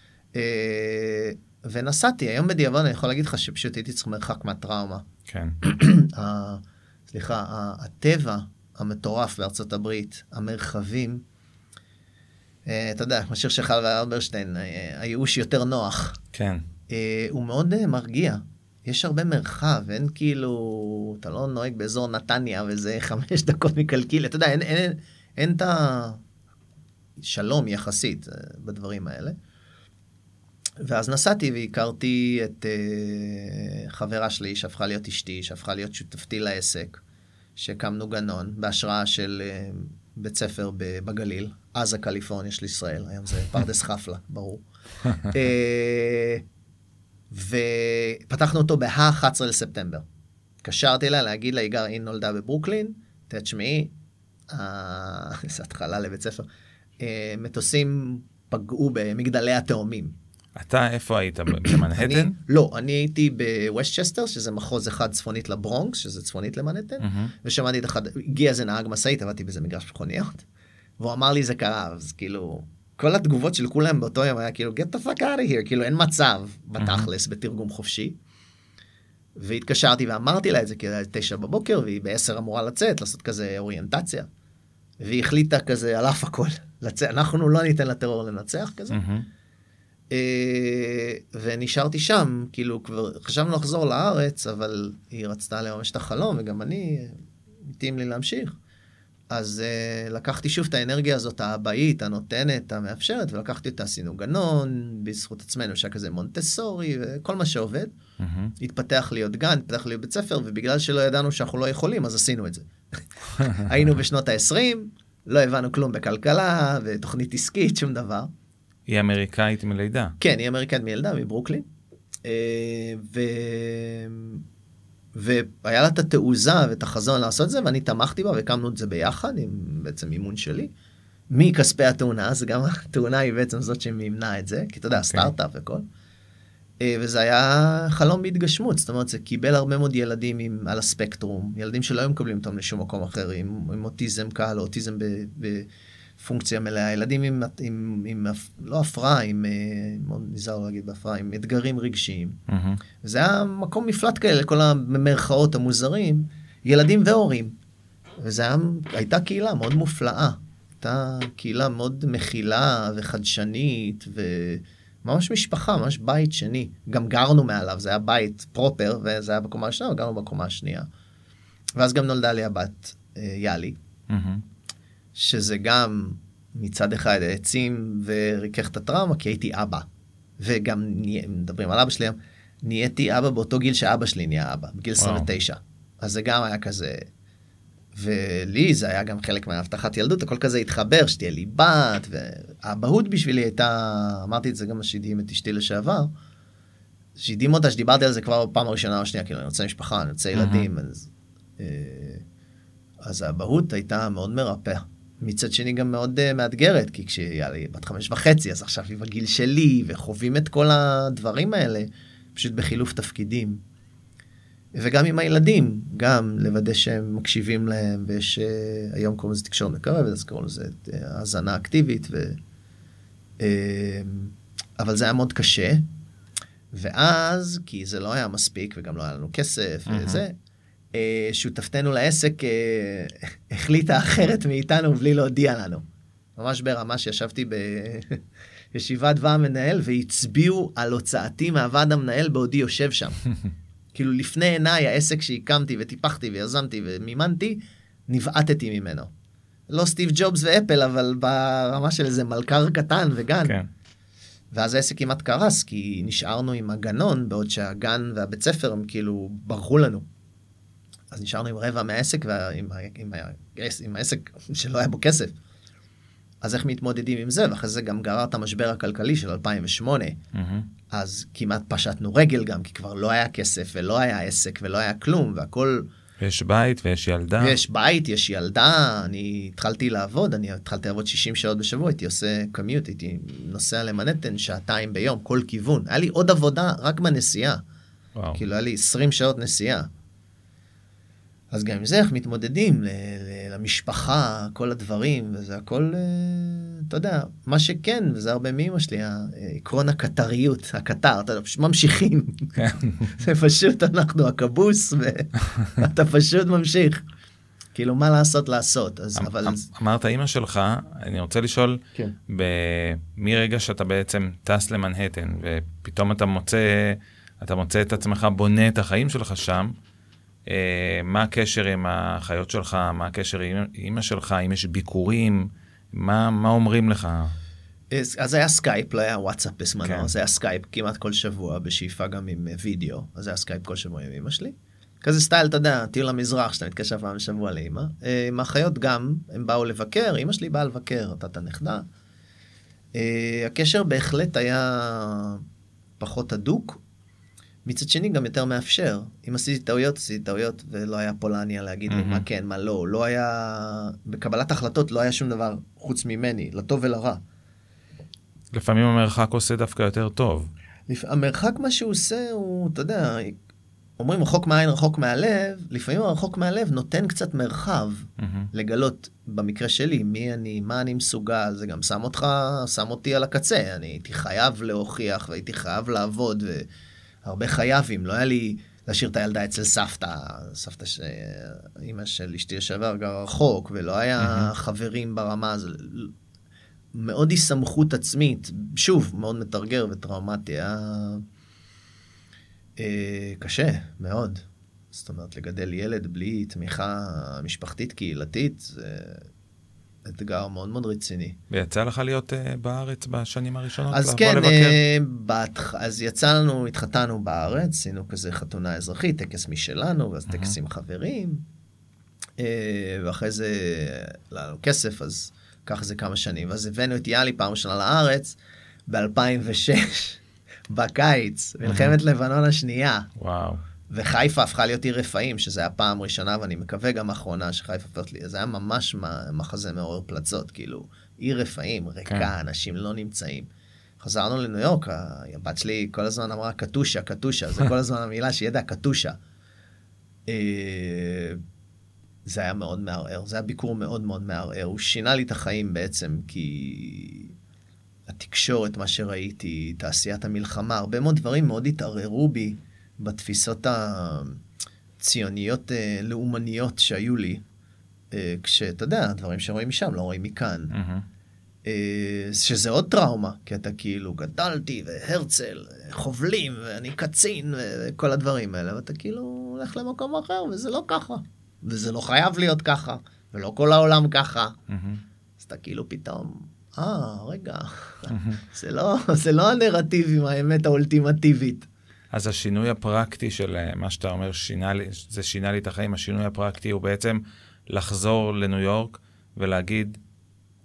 ונסעתי, היום בדיעבד אני יכול להגיד לך שפשוט הייתי צריך מרחק מהטראומה. כן. סליחה, הטבע המטורף בארצות הברית, המרחבים, אתה יודע, כמו שיר של חל ואלברשטיין, הייאוש יותר נוח. כן. הוא מאוד מרגיע. יש הרבה מרחב, אין כאילו, אתה לא נוהג באזור נתניה, וזה 5 דקות מקלקיליה, אתה יודע, אין את השלום יחסית בדברים האלה. ואז נסעתי והכרתי את חברה שלי, שהפכה להיות אשתי, שהפכה להיות שותפתי לעסק, שקמנו גנון, בהשראה של בית ספר בגליל, עזה, קליפורניה של ישראל, היום זה פרדס חפלה, ברור. ופתחנו אותו ב-11 לספטמבר. קשרתי לה להגיד לה, היא נולדה בברוקלין, תשמעי, זו התחלה לבית ספר, מטוסים פגעו במגדלי התאומים. אתה איפה היית? במנהטן? לא, אני הייתי בווסטצ'סטר, שזה מחוז אחד צפונית לברונקס, שזה צפונית למנהטן, ושמעתי את אחד, הגיע איזה נהג מסעית, עבדתי בזה מגרש מכוניות, והוא אמר לי זה קרה, אז כאילו, כל התגובות של כולם באותו יום היה כאילו, get the fuck out of here, כאילו אין מצב בתכלס, בתרגום חופשי, והתקשרתי ואמרתי לה את זה, כי היה 9 בבוקר, והיא ב10 אמורה לצאת, לעשות כזה אוריינטציה, והיא החליטה כזה על אף הכל, אנחנו לא ניתן לטרור לנצח כזה, ונשארתי שם, כאילו כבר חשבנו לחזור לארץ, אבל היא רצתה לממש את החלום, וגם אני, מתאים לי להמשיך. אז לקחתי שוב את האנרגיה הזאת, האבאית, הנותנת, המאפשרת, ולקחתי אותה, עשינו גנון, בזכות עצמנו, שהיה כזה מונטסורי, וכל מה שעובד. התפתח להיות גן, התפתח להיות בית ספר, ובגלל שלא ידענו שאנחנו לא יכולים, אז עשינו את זה. היינו בשנות ה-20, לא הבנו כלום בכלכלה, ותוכנית עסקית, שום דבר. היא אמריקאית מלידה. כן, היא אמריקאית מלידה, מברוקלין. והיה לה את התעוזה ואת החזון לעשות את זה, ואני תמכתי בה, והקמנו את זה ביחד, עם בעצם מימון שלי. מכספי התאונה, אז גם התאונה היא בעצם זאת שמימנה את זה, כי אתה יודע, סטארט-אפ וכל. וזה היה חלום בהתגשמות, זאת אומרת, זה קיבל הרבה מאוד ילדים על הספקטרום, ילדים שלא היו מקבלים אותם לשום מקום אחר, עם אוטיזם קל, או אוטיזם פונקציה מלאה, ילדים עם לא הפרעה, מאוד נזהר להגיד בהפרעה, עם אתגרים רגשיים. וזה היה מקום מפלט כאלה, כל המרכאות המוזרים, ילדים והורים. וזה הייתה קהילה מאוד מופלאה. הייתה קהילה מאוד מכילה וחדשנית, וממש משפחה, ממש בית שני. גם גרנו מעליו, זה היה בית פרופר, וזה היה בקומה השנייה, וגרנו בקומה השנייה. ואז גם נולדה לי הבת יאלי. שזה גם מצד אחד העצים וריכך את הטראומה, כי הייתי אבא. וגם מדברים על אבא שלי, נהייתי אבא באותו גיל שאבא שלי נהיה אבא, בגיל 29. אז זה גם היה כזה, ולי זה היה גם חלק מההבטחת ילדות, הכל כזה התחבר, שתהיה לי בת, והאבהות בשבילי הייתה, אמרתי את זה גם שהדהים את אשתי לשעבר, שהדהים אותה, שדיברתי על זה כבר פעם הראשונה או שנייה, כאילו אני רוצה משפחה, אני רוצה ילדים, אז האבהות הייתה מאוד מרפא, מצד שני גם מאוד מאתגרת, כי כשהיה לי בת 5.5, אז עכשיו היא בגיל שלי, וחווים את כל הדברים האלה, פשוט בחילוף תפקידים. וגם עם הילדים, גם לוודא שהם מקשיבים להם, ויש היום קוראים לזה תקשורת מקרבת, אז קוראים לזה האזנה אקטיבית, אבל זה היה מאוד קשה, ואז, כי זה לא היה מספיק, וגם לא היה לנו כסף, וזה, שותפתנו לעסק החליטה אחרת מאיתנו, בלי להודיע לנו. ממש ברמה שישבתי בישיבת ועד המנהל, והצביעו על הוצאתי מהוועד המנהל בעודי יושב שם. כאילו לפני עיניי העסק שהקמתי וטיפחתי ויזמתי ומימנתי, נבעטתי ממנו. לא סטיב ג'ובס ואפל, אבל ברמה של איזה מלכר קטן וגן. כן. ואז העסק כמעט קרס, כי נשארנו עם הגנון, בעוד שהגן והבית ספר הם כאילו ברחו לנו. אז נשארנו עם רבע מהעסק, עם העסק שלא היה בו כסף. אז איך מתמודדים עם זה? ואחרי זה גם גרר את המשבר הכלכלי של 2008. אז כמעט פשטנו רגל גם, כי כבר לא היה כסף, ולא היה עסק, ולא היה כלום, והכל... יש בית ויש ילדה. יש בית, יש ילדה, אני התחלתי לעבוד 60 שעות בשבוע, הייתי עושה קמיוט, הייתי נוסע למנהטן 2 ביום, כל כיוון. היה לי עוד עבודה רק בנסיעה. וואו. כאילו היה לי 20 שעות נסיעה. אז גם עם זה איך מתמודדים למשפחה, כל הדברים, וזה הכל, אתה יודע, מה שכן, וזה הרבה מאמא שלי, עקרון הקטריות, הקטר, אתה יודע, פשוט ממשיכים. זה פשוט אנחנו הקבוס, ואתה פשוט ממשיך. כאילו, מה לעשות? אמרת אמא שלך, אני רוצה לשאול, מרגע שאתה בעצם טס למנהטן, ופתאום אתה מוצא את עצמך, בונה את החיים שלך שם, מה הקשר עם החיות שלך, מה הקשר עם אמא שלך, אם יש ביקורים, מה אומרים לך? אז היה סקייפ, לא היה וואטסאפ בזמנו, אז היה סקייפ כמעט כל שבוע, בשאיפה גם עם וידאו, אז היה סקייפ כל שבוע עם אמא שלי. כזה סטייל, אתה יודע, טיול למזרח, שאתה מתקשר פעם בשבוע לאמא. עם החיות גם, הם באו לבקר, אמא שלי באה לבקר, אתה נכדה. הקשר בהחלט היה פחות הדוק, מצד שני גם יותר מאפשר. אם עשיתי טעויות, ולא היה פולניה להגיד לי מה כן, מה לא. לא היה, בקבלת החלטות לא היה שום דבר חוץ ממני, לטוב ולרע. לפעמים המרחק עושה דווקא יותר טוב. המרחק מה שהוא עושה הוא, אתה יודע, אומרים רחוק מהעין, רחוק מהלב, לפעמים הרחוק מהלב נותן קצת מרחב לגלות, במקרה שלי, מי אני, מה אני מסוגל, זה גם שם אותי על הקצה, אני הייתי חייב להוכיח, והייתי חייב לעבוד, הרבה חייבים, לא היה לי להשאיר את הילדה אצל סבתא אמא של אשתי לשעבר גר רחוק, ולא היה חברים ברמה הזו, מאוד היא סמכות עצמית, שוב, מאוד מתרגר וטראומטי, היה קשה, מאוד. זאת אומרת, לגדל ילד בלי תמיכה משפחתית קהילתית, זה אתגר מאוד מאוד רציני. ויצא לך להיות בארץ בשנים הראשונות? אז כן, אז יצא לנו, התחתנו בארץ, עשינו כזה חתונה אזרחית, טקס משלנו, ואז טקס עם חברים, ואחרי זה לנו כסף, אז ככה זה כמה שנים. ואז הבאנו את יאלי פעם ראשונה לארץ, ב-2006, בקיץ, מלחמת לבנון השנייה. וואו. וחיפה הפכה להיות עיר רפאים, שזה היה פעם ראשונה, ואני מקווה גם האחרונה שחיפה הפכת לי, זה היה ממש מחזה מעורר פלצות, כאילו, עיר רפאים, ריקה, אנשים לא נמצאים. חזרנו לניו יורק, הבת שלי כל הזמן אמרה, קטושה, זה כל הזמן המילה שידע, קטושה. זה היה מאוד מערער, זה היה ביקור מאוד מאוד מערער, הוא שינה לי את החיים בעצם, כי התקשורת, מה שראיתי, תעשיית המלחמה, הרבה מאוד דברים מאוד התערערו בי, בתפיסות הציוניות לאומניות שהיו לי, כשאתה יודע, הדברים שרואים משם, לא רואים מכאן. שזה עוד טראומה, כי אתה כאילו גדלתי, והרצל, חובלים, ואני קצין, וכל הדברים האלה, ואתה כאילו הולך למקום אחר, וזה לא ככה. וזה לא חייב להיות ככה, ולא כל העולם ככה. אז אתה כאילו פתאום, רגע, זה לא הנרטיב עם האמת האולטימטיבית. אז השינוי הפרקטי של מה שאתה אומר, זה שינה לי את החיים, השינוי הפרקטי הוא בעצם לחזור לניו יורק ולהגיד,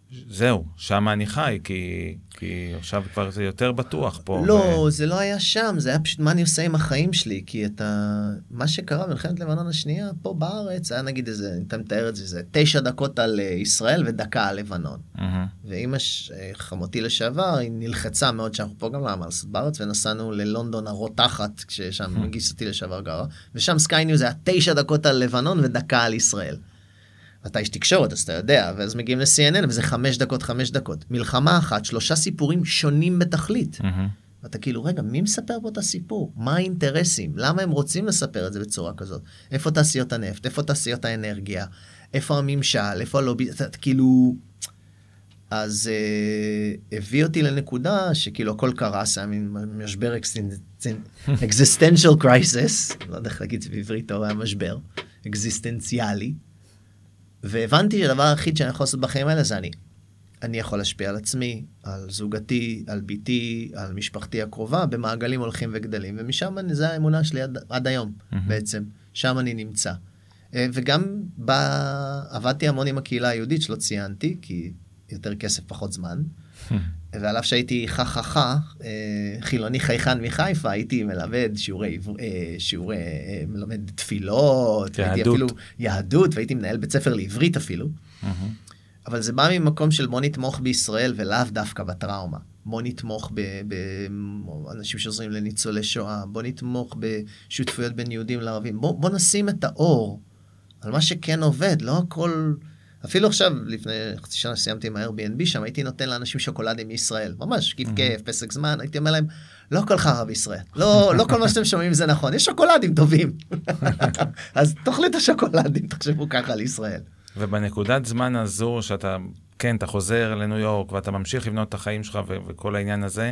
זהו, שם אני חי, כי עכשיו כבר זה יותר בטוח פה. לא, זה לא היה שם, זה היה פשוט מה אני עושה עם החיים שלי, כי מה שקרה במלחמת לבנון השנייה, פה בארץ, היה נגיד איזה, אתה מתאר את זה, זה 9 דקות על ישראל ודקה על לבנון. ואמא חמותי לשעבר, היא נלחצה מאוד שאנחנו פה גם לעשות בארץ, ונסענו ללונדון הרותחת, כששם מגיסתי לשעבר גרה, ושם סקיי ניוז היה 9 דקות על לבנון ודקה על ישראל. אתה איש תקשורת, אז אתה יודע, ואז מגיעים ל-CNN, וזה 5 דקות. מלחמה אחת, 3 סיפורים שונים בתכלית. ואתה כאילו, רגע, מי מספר פה את הסיפור? מה האינטרסים? למה הם רוצים לספר את זה בצורה כזאת? איפה תעשיות הנפט? איפה תעשיות האנרגיה? איפה הממשל? איפה הלובי? אתה כאילו... אז הביא אותי לנקודה שכאילו הכל קרס, היה מין משבר existential crisis, לא יודע איך להגיד את זה בעברית, אבל היה משבר אקזיסטנציאלי, והבנתי שהדבר היחיד שאני יכול לעשות בחיים האלה זה אני יכול להשפיע על עצמי, על זוגתי, על ביתי, על משפחתי הקרובה, במעגלים הולכים וגדלים, ומשם זה האמונה שלי עד היום בעצם, שם אני נמצא. וגם עבדתי המון עם הקהילה היהודית שלא ציינתי, כי יותר כסף פחות זמן, ועל אף שהייתי חילוני חייכן מחיפה, הייתי מלמד מלמד תפילות, הייתי אפילו יהדות, והייתי מנהל בית ספר לעברית אפילו. אבל זה בא ממקום של בוא נתמוך בישראל, ולאו דווקא בטראומה. בוא נתמוך באנשים שעוזרים לניצולי שואה, בוא נתמוך בשותפויות בין יהודים לערבים, בוא נשים את האור על מה שכן עובד, לא הכל... אפילו עכשיו, לפני חצי שנה שסיימתי עם ה-Airbnb, שם הייתי נותן לאנשים שוקולדים מישראל, ממש, כיף, פסק זמן, הייתי אומר להם, לא כל חרא בישראל, לא כל מה שאתם שומעים זה נכון, יש שוקולדים טובים, אז תאכלו את השוקולדים, תחשבו ככה על ישראל. ובנקודת זמן הזו, שאתה, כן, אתה חוזר לניו יורק, ואתה ממשיך לבנות את החיים שלך, וכל העניין הזה,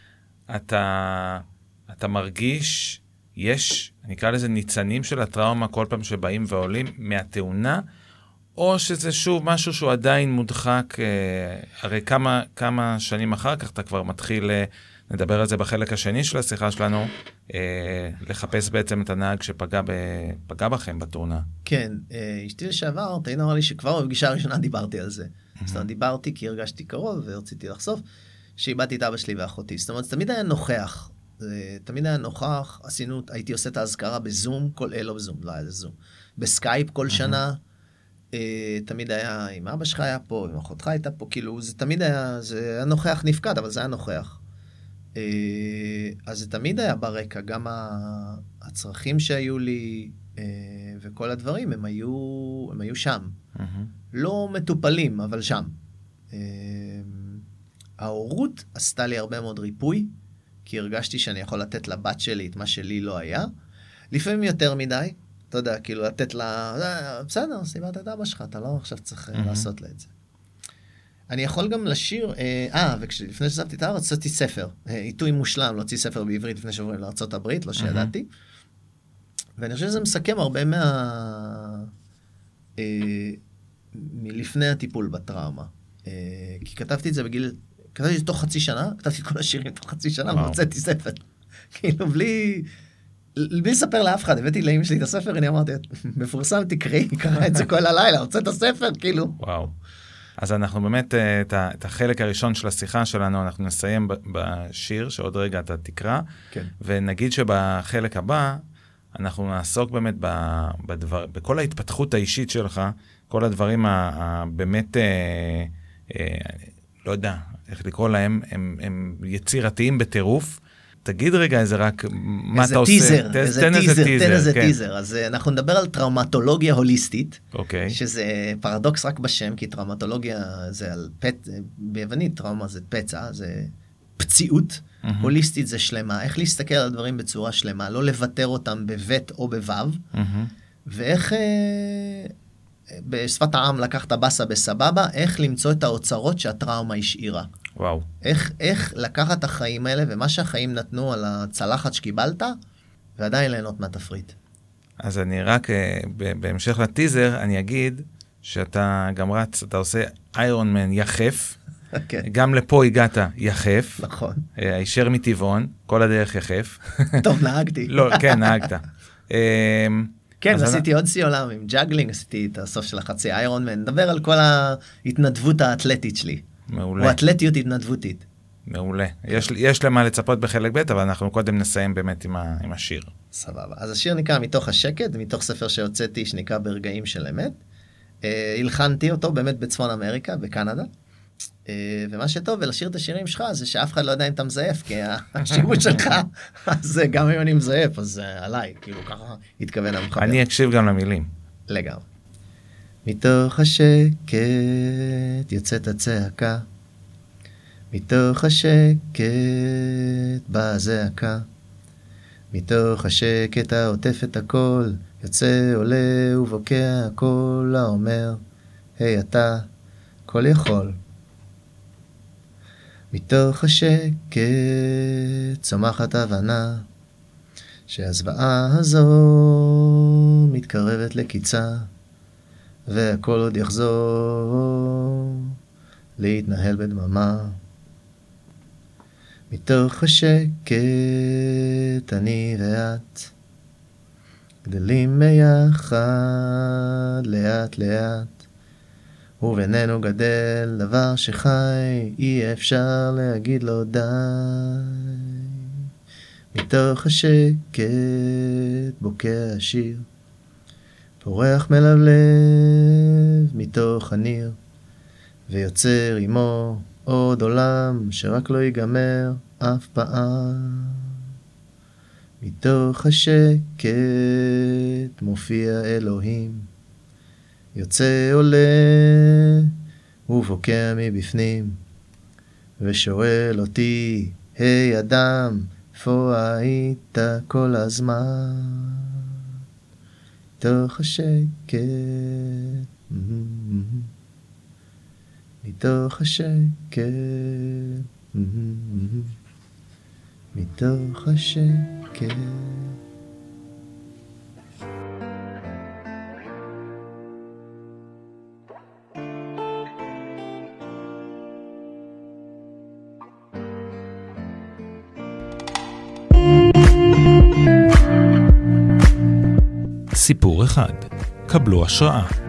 אתה מרגיש, אני אקרא לזה ניצנים של הטראומה, כל פעם שבאים ועולים מהתאונה, או שזה שוב משהו שהוא עדיין מודחק, הרי כמה שנים אחר כך אתה כבר מתחיל, נדבר על זה בחלק השני של השיחה שלנו, לחפש בעצם את הנהג שפגע בכם בתאונה. כן, אשתי לשעבר, תהינה אמרה לי שכבר בפגישה הראשונה דיברתי על זה. זאת אומרת, דיברתי כי הרגשתי קרוב ורציתי לחשוף, שאיבדתי את אבא שלי ואחותי. זאת אומרת, תמיד היה נוכח. הייתי עושה את ההזכרה בזום, לא בזום, לא היה זה זום. בסקייפ כל שנה, תמיד היה, אם אבא שלך היה פה, אם אחותך הייתה פה, כאילו, זה תמיד היה, זה היה נוכח נפקד, אבל זה היה נוכח. אז זה תמיד היה ברקע, גם הצרכים שהיו לי, וכל הדברים, הם היו שם. לא מטופלים, אבל שם. ההורות עשתה לי הרבה מאוד ריפוי, כי הרגשתי שאני יכול לתת לבת שלי את מה שלי לא היה. לפעמים יותר מדי, אתה יודע, כאילו לתת לה, בסדר, סיבת את אבא שלך, אתה לא עכשיו צריך לעשות לה את זה. אני יכול גם לשיר, ולפני שעזבתי את הארץ, עשיתי ספר, עיתוי מושלם, להוציא ספר בעברית לפני שעוברים לארצות הברית, לא שידעתי. ואני חושב שזה מסכם הרבה מלפני הטיפול בטראומה. כי כתבתי את זה תוך חצי שנה, כתבתי את כל השירים תוך חצי שנה, והוצאתי ספר. כאילו, בלי לספר לאף אחד, הבאתי לאמא שלי את הספר, אני אמרתי, מפורסם, תקראי, קרא את זה כל הלילה, הוצאת את הספר, כאילו. וואו. אז אנחנו באמת, את החלק הראשון של השיחה שלנו, אנחנו נסיים בשיר, שעוד רגע אתה תקרא, ונגיד שבחלק הבא, אנחנו נעסוק באמת בכל ההתפתחות האישית שלך, כל הדברים הבאמת, לא יודע איך לקרוא להם, הם יצירתיים בטירוף. תגיד רגע איזה רק, מה אתה עושה? תן איזה טיזר. אז אנחנו נדבר על טראומטולוגיה הוליסטית, שזה פרדוקס רק בשם, כי טראומטולוגיה זה על ביוונית, טראומה זה פצע, זה פציעות, הוליסטית זה שלמה, איך להסתכל על הדברים בצורה שלמה, לא לוותר אותם בבית או בוו, ואיך בשפת העם לקחת בסה בסבבה, איך למצוא את האוצרות שהטראומה השאירה. וואו. איך לקחת את החיים האלה, ומה שהחיים נתנו על הצלחת שקיבלת, ועדיין ליהנות מהתפריט. אז אני רק, בהמשך לטיזר, אני אגיד שאתה גם רץ, אתה עושה איירון מן יחף, גם לפה הגעת יחף. נכון. הישר מטבעון, כל הדרך יחף. טוב, נהגתי. לא, כן, נהגת. כן, עשיתי עוד סי עולם עם ג'אגלינג, עשיתי את הסוף של החצי איירון מן, נדבר על כל ההתנדבות האתלטית שלי. מעולה. או אתלטיות התנדבותית. מעולה. יש למה לצפות בחלק ב', אבל אנחנו קודם נסיים באמת עם השיר. סבבה. אז השיר נקרא מתוך השקט, מתוך ספר שהוצאתי שנקרא ברגעים של אמת. הלחנתי אותו באמת בצפון אמריקה, בקנדה. ומה שטוב ולשיר את השירים שלך זה שאף אחד לא יודע אם אתה מזייף, כי השימוש שלך, אז גם אם אני מזייף, אז עליי, כאילו ככה התכוון המחבר. אני אקשיב גם למילים. לגמרי. מתוך השקט יוצאת הצעקה, מתוך השקט באה זעקה, מתוך השקט העוטף את הכל, יוצא עולה ובוקע הכל האומר, היי אתה, כל יכול. מתוך השקט צומחת הבנה שהזוועה הזו מתקרבת לקיצה והכל עוד יחזור להתנהל בדממה. מתוך השקט אני ואת גדלים ביחד לאט לאט ובינינו גדל דבר שחי, אי אפשר להגיד לו די. מתוך השקט בוקע השיר, פורח מלבלב מתוך הניר, ויוצר עמו עוד עולם שרק לא ייגמר אף פעם. מתוך השקט מופיע אלוהים, יוצא עולה ובוקע מבפנים ושואל אותי, היי אדם, איפה היית כל הזמן? מתוך השקט, מתוך השקט, מתוך השקט. סיפור אחד, קבלו השראה.